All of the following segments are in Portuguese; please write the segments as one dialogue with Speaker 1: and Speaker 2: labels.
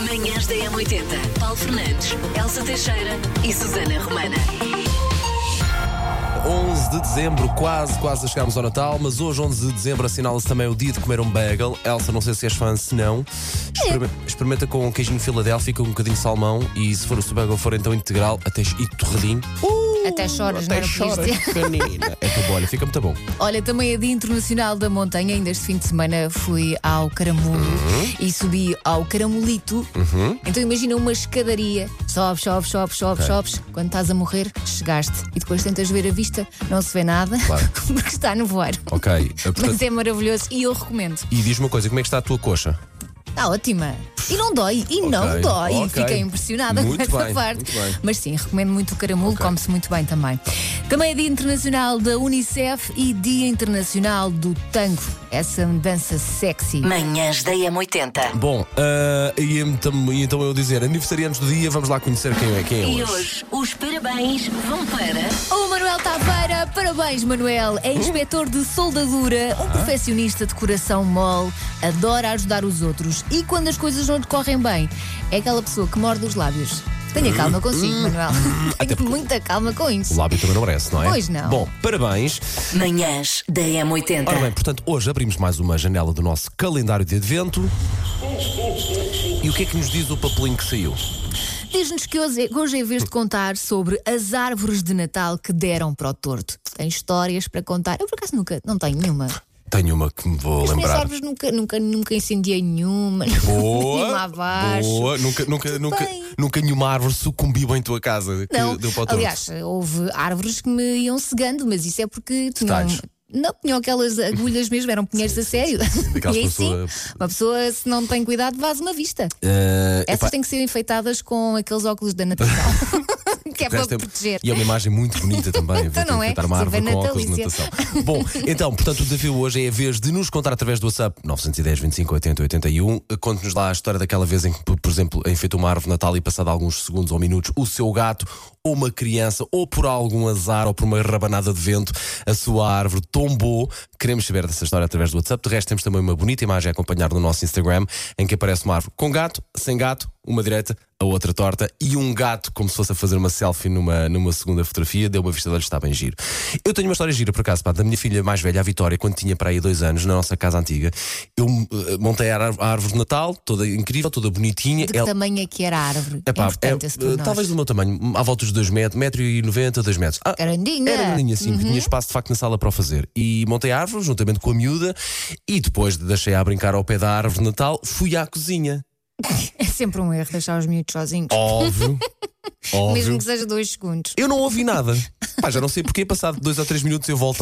Speaker 1: Manhãs da M80. Paulo Fernandes, Elsa Teixeira e Susana Romana.
Speaker 2: 11 de dezembro, quase a chegarmos ao Natal, mas hoje, 11 de dezembro, assinala-se também o dia de comer um bagel. Elsa, não sei se és fã, se não, experimenta com um queijinho Filadélfia, com um bocadinho de salmão, e se o bagel for então integral e torradinho.
Speaker 3: Até choras,
Speaker 2: Até
Speaker 3: não
Speaker 2: choras,
Speaker 3: era
Speaker 2: pequenina. É tão bom, olha, fica muito bom.
Speaker 3: Olha, também é Dia Internacional da Montanha. Ainda este fim de semana fui ao Caramulo e subi ao Caramulito. Então imagina uma escadaria. Sobes. Quando estás a morrer, chegaste. E depois tentas ver a vista, não se vê nada,
Speaker 2: Claro.
Speaker 3: porque está no voeiro.
Speaker 2: Ok,
Speaker 3: Mas é maravilhoso e eu recomendo.
Speaker 2: e diz-me uma coisa, como é que está a tua coxa?
Speaker 3: Está ótima. E não dói, não dói.
Speaker 2: ok.
Speaker 3: Fiquei impressionada
Speaker 2: Muito
Speaker 3: com essa
Speaker 2: bem,
Speaker 3: parte.
Speaker 2: muito bem.
Speaker 3: Mas sim, recomendo muito o caramulo, come-se muito bem também. Também é Dia Internacional da Unicef e Dia Internacional do Tango, essa dança sexy.
Speaker 1: Manhãs da M80.
Speaker 2: Bom, e então eu dizer, aniversariantes do dia, vamos lá conhecer quem é
Speaker 1: E
Speaker 2: hoje.
Speaker 1: hoje os parabéns vão para...
Speaker 3: O Manuel Taveira, parabéns Manuel. É inspetor de soldadura, um perfeccionista de coração mole, adora ajudar os outros e quando as coisas não lhe correm bem, é aquela pessoa que morde os lábios. Tenha calma consigo, Manuel. Tenho muita calma com
Speaker 2: O
Speaker 3: isso.
Speaker 2: lábio também não merece, não é?
Speaker 3: Pois não.
Speaker 2: Bom, parabéns.
Speaker 1: Manhãs da M80.
Speaker 2: Ora bem, portanto, hoje abrimos mais uma janela do nosso calendário de advento. E o que é que nos diz o papelinho que saiu?
Speaker 3: Diz-nos que hoje é vez de contar sobre as árvores de Natal que deram para o torto. Tem histórias para contar. Eu por acaso não tenho nenhuma.
Speaker 2: Tenho uma que me vou
Speaker 3: As minhas
Speaker 2: lembrar.
Speaker 3: árvores nunca incendiei nenhuma.
Speaker 2: Boa,
Speaker 3: Nenhuma abaixo.
Speaker 2: boa. Nunca nenhuma árvore sucumbiu em tua casa que
Speaker 3: Não,
Speaker 2: deu para o torto.
Speaker 3: aliás, houve árvores que me iam cegando, mas isso é porque
Speaker 2: Detalhes.
Speaker 3: tinham aquelas agulhas mesmo, eram pinheiros a sério.
Speaker 2: daquelas
Speaker 3: E aí
Speaker 2: pessoa-
Speaker 3: sim, uma pessoa, se não tem cuidado, vaza uma vista. Essas
Speaker 2: epá,
Speaker 3: têm que ser enfeitadas com aqueles óculos da natação. Que é para
Speaker 2: Esta
Speaker 3: proteger.
Speaker 2: E é uma imagem muito bonita também.
Speaker 3: Então
Speaker 2: Vou
Speaker 3: não é?
Speaker 2: tentar uma árvore
Speaker 3: Super
Speaker 2: com óculos de
Speaker 3: natalícia.
Speaker 2: natação. Bom, então, portanto, o desafio hoje é a vez de nos contar através do WhatsApp 910 25 80 81. Conte-nos lá a história daquela vez em que, por exemplo, enfeitou uma árvore de Natal e passado alguns segundos ou minutos, o seu gato ou uma criança, ou por algum azar ou por uma rabanada de vento, a sua árvore tombou. Queremos saber dessa história através do WhatsApp. De resto, temos também uma bonita imagem a acompanhar no nosso Instagram, em que aparece uma árvore com gato, sem gato, uma direita, a outra torta, e um gato como se fosse a fazer uma selfie numa segunda fotografia. Deu uma vista de olhos, está bem giro. Eu tenho uma história gira, por acaso, da minha filha mais velha, a Vitória, quando tinha para aí 2 anos, na nossa casa antiga. Eu montei a árvore de Natal, toda incrível, toda bonitinha.
Speaker 3: De que tamanho é que era a árvore?
Speaker 2: Epá,
Speaker 3: Importante esse pormenor.
Speaker 2: talvez do meu tamanho, à volta dos 2 metros, 1,90 m, 2 metros.
Speaker 3: Grandinha.
Speaker 2: Era grandinha, sim, tinha espaço de facto na sala para o fazer. E montei a árvore juntamente com a miúda e depois deixei-a brincar ao pé da árvore de Natal, fui à cozinha.
Speaker 3: É sempre um erro deixar os miúdos sozinhos.
Speaker 2: Óbvio.
Speaker 3: Mesmo que seja 2 segundos.
Speaker 2: Eu não ouvi nada. Pá, já não sei porque, passado 2 ou 3 minutos, eu volto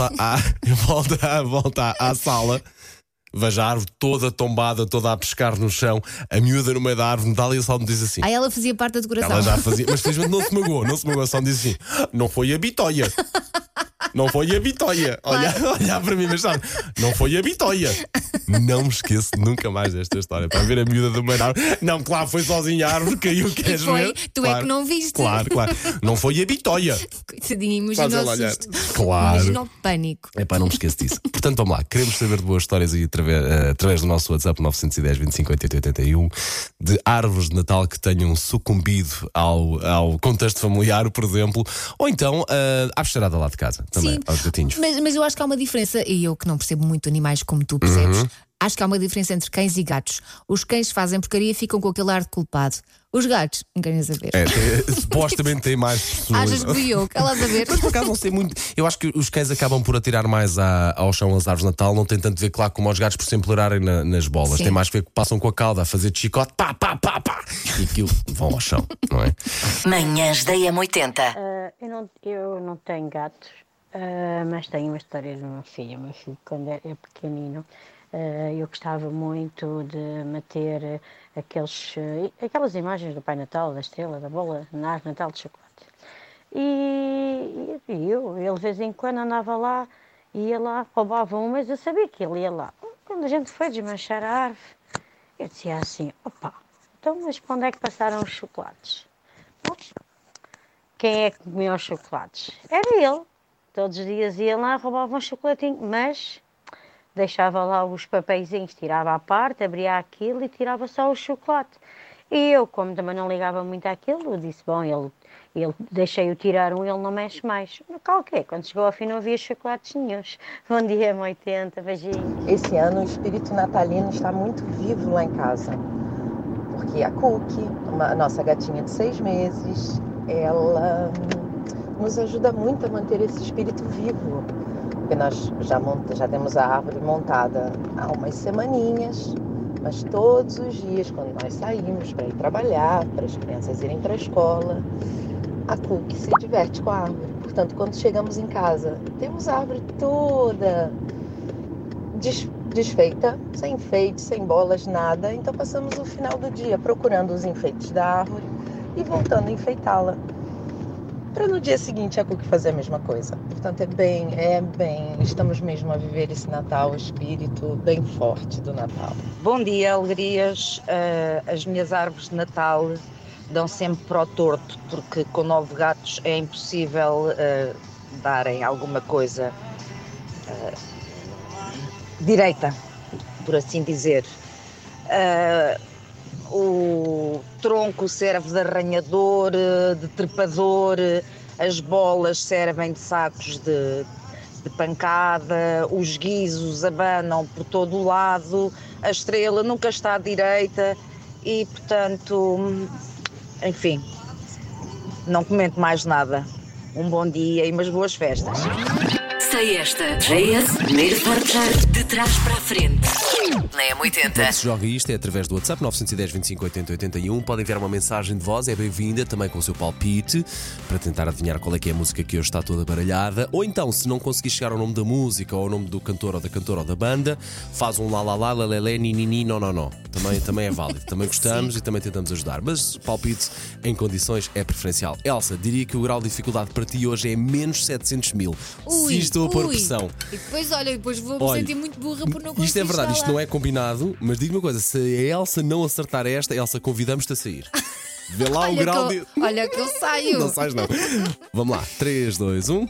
Speaker 2: à sala. Vejo a árvore toda tombada, toda a pescar no chão, a miúda no meio da árvore de Natal, e ele só me diz assim.
Speaker 3: Aí ela fazia parte da decoração.
Speaker 2: Ela já fazia, mas felizmente não se magoou, só me disse assim: não foi a Bitóia. Não foi a Bitóia. Olhar para mim, mas sabe, não foi a Bitóia. Não me esqueço nunca mais desta história. Para ver a miúda do meio da árvore. Não, claro, foi sozinha a árvore, caiu, queres
Speaker 3: foi,
Speaker 2: ver?
Speaker 3: tu
Speaker 2: Claro,
Speaker 3: é que não viste.
Speaker 2: Claro. Não foi a Bitóia.
Speaker 3: Coitadinho,
Speaker 2: Faz
Speaker 3: imagina
Speaker 2: ela
Speaker 3: o
Speaker 2: olhar.
Speaker 3: susto.
Speaker 2: Claro.
Speaker 3: Imagina o pânico.
Speaker 2: Epá, não me esqueço disso. Portanto, vamos lá. Queremos saber de boas histórias aí através do nosso WhatsApp 910 25 80 81 de árvores de Natal que tenham sucumbido ao contexto familiar, por exemplo, ou então à besteirada lá de casa, também,
Speaker 3: Sim,
Speaker 2: aos gatinhos.
Speaker 3: mas eu acho que há uma diferença, e eu que não percebo muito de animais como tu percebes, acho que há uma diferença entre cães e gatos. Os cães fazem porcaria e ficam com aquele ar de culpado. Os gatos, não querem saber.
Speaker 2: Supostamente tem mais pessoas.
Speaker 3: Achas que fui eu? Cala a saber.
Speaker 2: Mas por acaso não sei muito. Eu acho que os cães acabam por atirar mais ao chão as árvores de Natal. Não tem tanto a ver, claro, como os gatos por se empolharem nas bolas.
Speaker 3: Sim.
Speaker 2: Tem mais a ver que passam com a cauda a fazer de chicote, pá, pá, pá, pá. E aquilo vão ao chão, não é?
Speaker 1: Manhãs da M80.
Speaker 4: Eu não tenho gatos, mas tenho uma história de uma filha. O meu filho, quando é pequenino, eu gostava muito de meter aquelas imagens do Pai Natal, da estrela, da bola, na árvore de Natal de chocolate. E ele de vez em quando andava lá, ia lá, roubava um, mas eu sabia que ele ia lá. Quando a gente foi desmanchar a árvore, eu dizia assim: opa, então mas para onde é que passaram os chocolates? Quem é que comia os chocolates? Era ele. Todos os dias ia lá, roubava um chocolatinho, mas deixava lá os papeizinhos, tirava à parte, abria aquilo e tirava só o chocolate. E eu, como também não ligava muito àquilo, eu disse, bom, ele deixei-o tirar um, ele não mexe mais. Calquei, quando chegou ao fim não havia chocolates nenhuns. Bom dia, M80, beijinho.
Speaker 5: Esse ano o espírito natalino está muito vivo lá em casa, porque a Cookie, a nossa gatinha de 6 meses, ela nos ajuda muito a manter esse espírito vivo, porque nós já temos a árvore montada há umas semaninhas, mas todos os dias, quando nós saímos para ir trabalhar, para as crianças irem para a escola, a Cookie se diverte com a árvore. Portanto, quando chegamos em casa, temos a árvore toda desfeita, sem enfeites, sem bolas, nada. Então passamos o final do dia procurando os enfeites da árvore e voltando a enfeitá-la, para no dia seguinte a Cookie fazer a mesma coisa. Portanto, estamos mesmo a viver esse Natal, o espírito bem forte do Natal.
Speaker 6: Bom dia, alegrias. As minhas árvores de Natal dão sempre para o torto, porque com 9 gatos é impossível darem alguma coisa direita, por assim dizer. O tronco serve de arranhador, de trepador, as bolas servem de sacos de pancada, os guizos abanam por todo o lado, a estrela nunca está direita e, portanto, enfim, não comento mais nada. Um bom dia e umas boas festas.
Speaker 1: Sei esta. JS, primeiro forjar de trás para a frente. Na M80.
Speaker 2: Como se joga isto é através do WhatsApp 910 25 80 81. Podem enviar uma mensagem de voz, é bem-vinda, também com o seu palpite, para tentar adivinhar qual é que é a música que hoje está toda baralhada. Ou então, se não conseguir chegar ao nome da música, ou ao nome do cantor ou da cantora ou da banda, faz um lá lá lá, lelé, ninini, não. Também é válido, também gostamos e também tentamos ajudar. Mas palpite em condições é preferencial. Elsa, diria que o grau de dificuldade para ti hoje é menos 700 mil. Se estou a pôr pressão.
Speaker 3: E depois vou-me sentir muito burra por não conseguir.
Speaker 2: Isto é verdade, isto
Speaker 3: lá.
Speaker 2: não é combinado, mas digo uma coisa: se a Elsa não acertar esta, Elsa, convidamos-te a sair. Vê lá o grau de.
Speaker 3: Olha que eu saio.
Speaker 2: Não sais, não. Vamos lá, 3, 2, 1.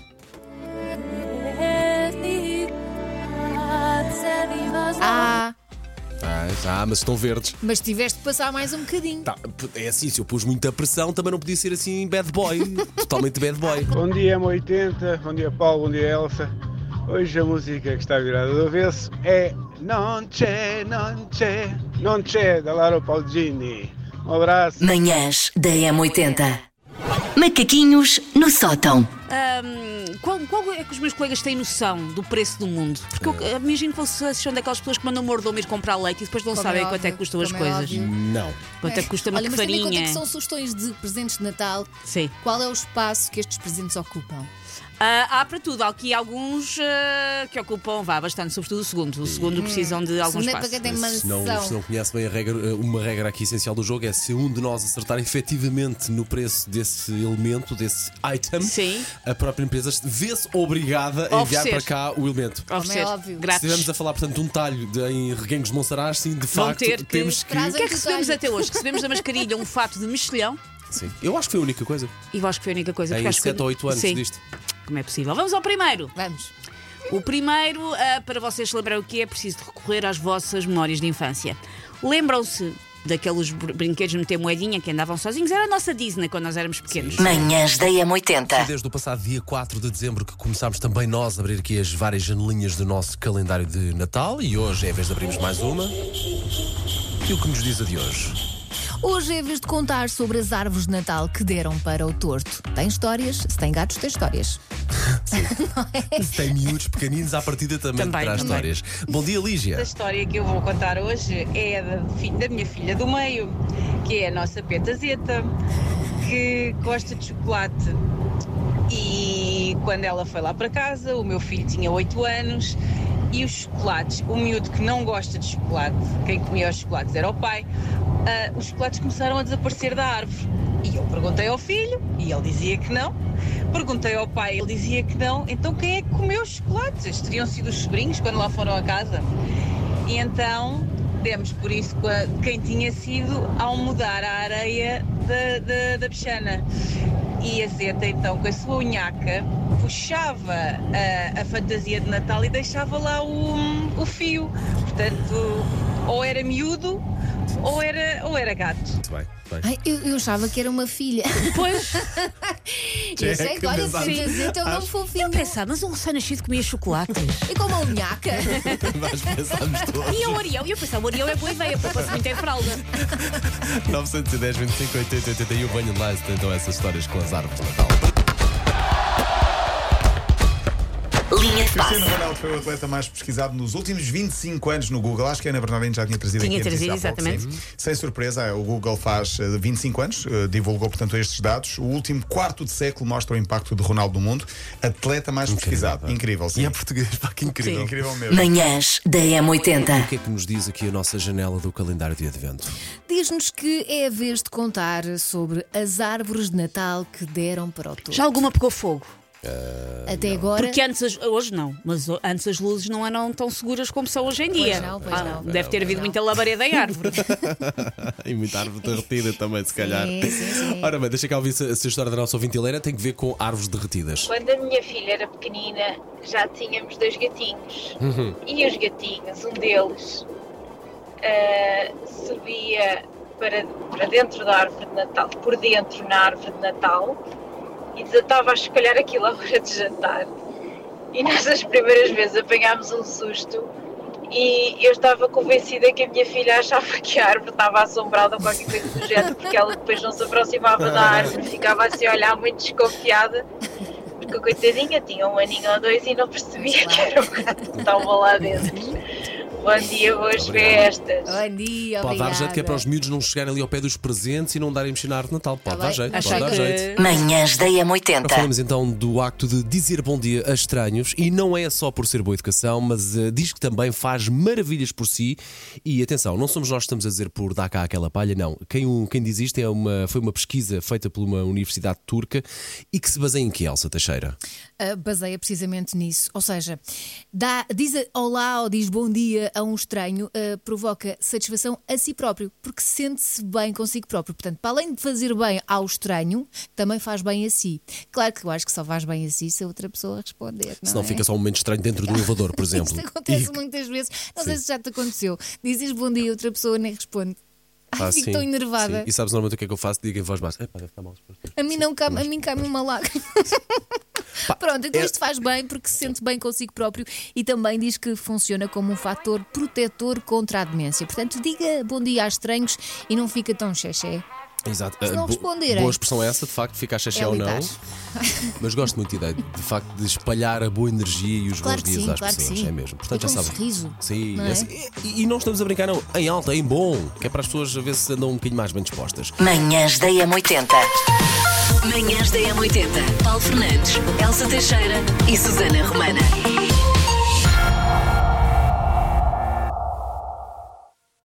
Speaker 2: Mas estão verdes.
Speaker 3: Mas tiveste de passar mais um bocadinho.
Speaker 2: Tá, é assim, se eu pus muita pressão, também não podia ser assim bad boy. Totalmente bad boy.
Speaker 7: Bom dia, M80. Bom dia, Paulo. Bom dia, Elsa. Hoje a música que está virada do avesso é Non c'è, da Laura Pausini. Um abraço.
Speaker 1: Manhãs da M80. Macaquinhos no sótão.
Speaker 8: Qual é que os meus colegas têm noção do preço do mundo? Porque eu imagino que vocês são daquelas pessoas que mandam o mordomo ir comprar leite e depois não sabem quanto é que custam as coisas.
Speaker 2: Não.
Speaker 8: Quanto é que custa uma
Speaker 3: Olha, mas também quanto é
Speaker 8: farinha?
Speaker 3: que são sugestões de presentes de Natal?
Speaker 8: Sim.
Speaker 3: Qual é o espaço que estes presentes ocupam?
Speaker 8: Há para tudo. Há aqui alguns que ocupam bastante, sobretudo o segundo. O segundo precisam de algum
Speaker 3: Segundo é
Speaker 8: espaço.
Speaker 3: para quem tem
Speaker 2: Se não
Speaker 3: mansão.
Speaker 2: conhece bem a regra, uma regra aqui essencial do jogo é: se um de nós acertar efetivamente no preço desse elemento, desse item,
Speaker 8: Sim.
Speaker 2: a própria empresa vê-se obrigada a enviar
Speaker 8: Oferecer.
Speaker 2: para cá o elemento.
Speaker 8: Oferecer.
Speaker 3: é óbvio.
Speaker 2: Se
Speaker 8: Grátis.
Speaker 2: estivermos a falar, portanto, de um talho em Reguengos de Monsaraz, sim, de
Speaker 8: Vão
Speaker 2: facto,
Speaker 8: ter que-
Speaker 2: temos que.
Speaker 3: Traz
Speaker 8: O que é que
Speaker 3: Mas
Speaker 8: recebemos
Speaker 3: olha-
Speaker 8: até hoje? Recebemos da mascarilha um fato de mexilhão
Speaker 2: Sim. Eu acho que foi a única coisa.
Speaker 8: e eu acho que foi a única coisa.
Speaker 2: Em
Speaker 8: porque acho que
Speaker 2: 7 ou 8 anos
Speaker 8: Sim.
Speaker 2: disto.
Speaker 8: Como é possível? Vamos ao primeiro.
Speaker 3: Vamos.
Speaker 8: O primeiro, para vocês se lembrarem o que é preciso de recorrer às vossas memórias de infância. Lembram-se daqueles brinquedos de meter moedinha que andavam sozinhos? Era a nossa Disney quando nós éramos pequenos.
Speaker 1: Manhãs da M80.
Speaker 2: Desde o passado dia 4 de dezembro que começámos também nós a abrir aqui as várias janelinhas do nosso calendário de Natal, e hoje é a vez de abrirmos mais uma. E o que nos diz a de hoje?
Speaker 3: Hoje é a vez de contar sobre as árvores de Natal que deram para o torto. Tem histórias? Se tem gatos, tem histórias.
Speaker 2: Se tem miúdos pequeninos, à partida também terá histórias. Bom dia, Lígia.
Speaker 9: A história que eu vou contar hoje é da minha filha do meio, que é a nossa Petazeta, que gosta de chocolate. E quando ela foi lá para casa, o meu filho tinha 8 anos e os chocolates, o miúdo que não gosta de chocolate, quem comia os chocolates era o pai, os chocolates começaram a desaparecer da árvore. E eu perguntei ao filho e ele dizia que não. Perguntei ao pai, ele dizia que não. Então quem é que comeu os chocolates? Estes teriam sido os sobrinhos quando lá foram a casa. E então demos por isso quem tinha sido ao mudar a areia da bichana. E a Zeta, então, com a sua unhaca, puxava a fantasia de Natal e deixava lá o fio. Portanto, ou era miúdo ou era gato.
Speaker 2: Muito bem.
Speaker 3: Ai, eu achava que era uma filha.
Speaker 8: Pois,
Speaker 3: Eu sei que, olha,
Speaker 2: pensaste?
Speaker 3: Petazeta é um nome fofinho.
Speaker 8: eu pensava, mas um recém-nascido comia chocolates.
Speaker 3: E com uma unhaca.
Speaker 2: Nós pensámos todos.
Speaker 8: E o Ariel? Eu pensava, o Ariel é boa ideia, poupa-se muito em fralda.
Speaker 2: 910, 25, 80, 81. Venham lá, então essas histórias com as árvores de Natal.
Speaker 1: Linha de passe.
Speaker 10: Cristiano Ronaldo foi o atleta mais pesquisado nos últimos 25 anos no Google. Acho que a Ana Bernardino já tinha trazido
Speaker 8: Tinha
Speaker 10: aqui a notícia
Speaker 8: trazido,
Speaker 10: há pouco,
Speaker 8: exatamente.
Speaker 10: sim. Sem surpresa, o Google faz 25 anos, divulgou, portanto, estes dados. O último quarto de século mostra o impacto de Ronaldo no mundo. Atleta mais pesquisado. Incrível, sim.
Speaker 2: E é português, pá, que incrível.
Speaker 10: Incrível mesmo.
Speaker 1: Manhãs da M80.
Speaker 2: O que é que nos diz aqui a nossa janela do calendário de advento?
Speaker 3: Diz-nos que é a vez de contar sobre as árvores de Natal que deram para o topo.
Speaker 8: Já alguma pegou fogo?
Speaker 3: Até agora.
Speaker 8: Porque antes, hoje não, mas antes as luzes não eram tão seguras como são hoje em dia.
Speaker 3: Pois não.
Speaker 8: Deve ter havido muita labareda em árvore.
Speaker 2: E muita árvore derretida também, se calhar.
Speaker 3: Sim.
Speaker 2: Ora bem, deixa cá ouvir se a história da nossa ouvinte Helena tem que ver com árvores derretidas.
Speaker 11: Quando a minha filha era pequenina, já tínhamos 2 gatinhos. E os gatinhos, um deles, subia para dentro da árvore de Natal, por dentro na árvore de Natal, e desatava a escolher aquilo à hora de jantar. E nessas primeiras vezes apanhámos um susto e eu estava convencida que a minha filha achava que a árvore estava assombrada ou qualquer coisa do género, porque ela depois não se aproximava da árvore, ficava assim a olhar muito desconfiada, porque a coitadinha tinha 1 aninho ou 2 e não percebia que era o gato que estava lá dentro. Bom dia, boas festas.
Speaker 3: Bom dia,
Speaker 2: Pode dar
Speaker 3: obrigada.
Speaker 2: jeito que é para os miúdos não chegarem ali ao pé dos presentes e não darem mexer na árvore de Natal. Pode
Speaker 3: Tá
Speaker 2: dar
Speaker 3: bem.
Speaker 2: jeito,
Speaker 8: Achei
Speaker 2: pode dar
Speaker 8: que-
Speaker 2: jeito.
Speaker 1: Manhãs da M80.
Speaker 2: Falamos então do acto de dizer bom dia a estranhos e não é só por ser boa educação, mas diz que também faz maravilhas por si. E atenção, não somos nós que estamos a dizer por dar cá aquela palha, não. Quem diz isto foi uma pesquisa feita por uma universidade turca e que se baseia em que, Elsa Teixeira?
Speaker 3: Baseia precisamente nisso. Ou seja, diz olá ou diz bom dia a um estranho, provoca satisfação a si próprio, porque sente-se bem consigo próprio. Portanto, para além de fazer bem ao estranho, também faz bem a si. Claro que eu acho que só faz bem a si se a outra pessoa responder.
Speaker 2: Se não fica só um momento estranho dentro do elevador, por exemplo.
Speaker 3: Isto acontece
Speaker 2: E-
Speaker 3: muitas vezes. Não sei se já te aconteceu. Dizes bom dia e outra pessoa nem responde. Ai, fico
Speaker 2: sim,
Speaker 3: tão enervada.
Speaker 2: sim. E sabes normalmente o que é que eu faço? Digo em voz baixa. Epá, deve estar mal.
Speaker 3: A mim não cai, a mim cai-me uma lágrima. Pronto, então isto faz bem porque se sente bem consigo próprio e também diz que funciona como um fator protetor contra a demência. Portanto, diga bom dia a estranhos e não fica tão xexé.
Speaker 2: Exato.
Speaker 3: Se não responderem.
Speaker 2: Boa expressão essa, de facto, fica a xexé ou não.
Speaker 3: evitar.
Speaker 2: Mas gosto muito da ideia, de facto, de espalhar a boa energia e os
Speaker 3: Claro
Speaker 2: bons
Speaker 3: que
Speaker 2: dias
Speaker 3: sim,
Speaker 2: às
Speaker 3: claro que
Speaker 2: pessoas.
Speaker 3: sim.
Speaker 2: É mesmo. Portanto,
Speaker 3: E
Speaker 2: já
Speaker 3: com um
Speaker 2: sabem.
Speaker 3: sorriso,
Speaker 2: Sim,
Speaker 3: não é?
Speaker 2: assim, e não estamos a brincar, não. Em alta, em bom, que é para as pessoas a ver se andam um bocadinho mais bem dispostas.
Speaker 1: Manhãs da M80. Manhãs da M80. Paulo Fernandes, Elsa Teixeira e Susana Romana.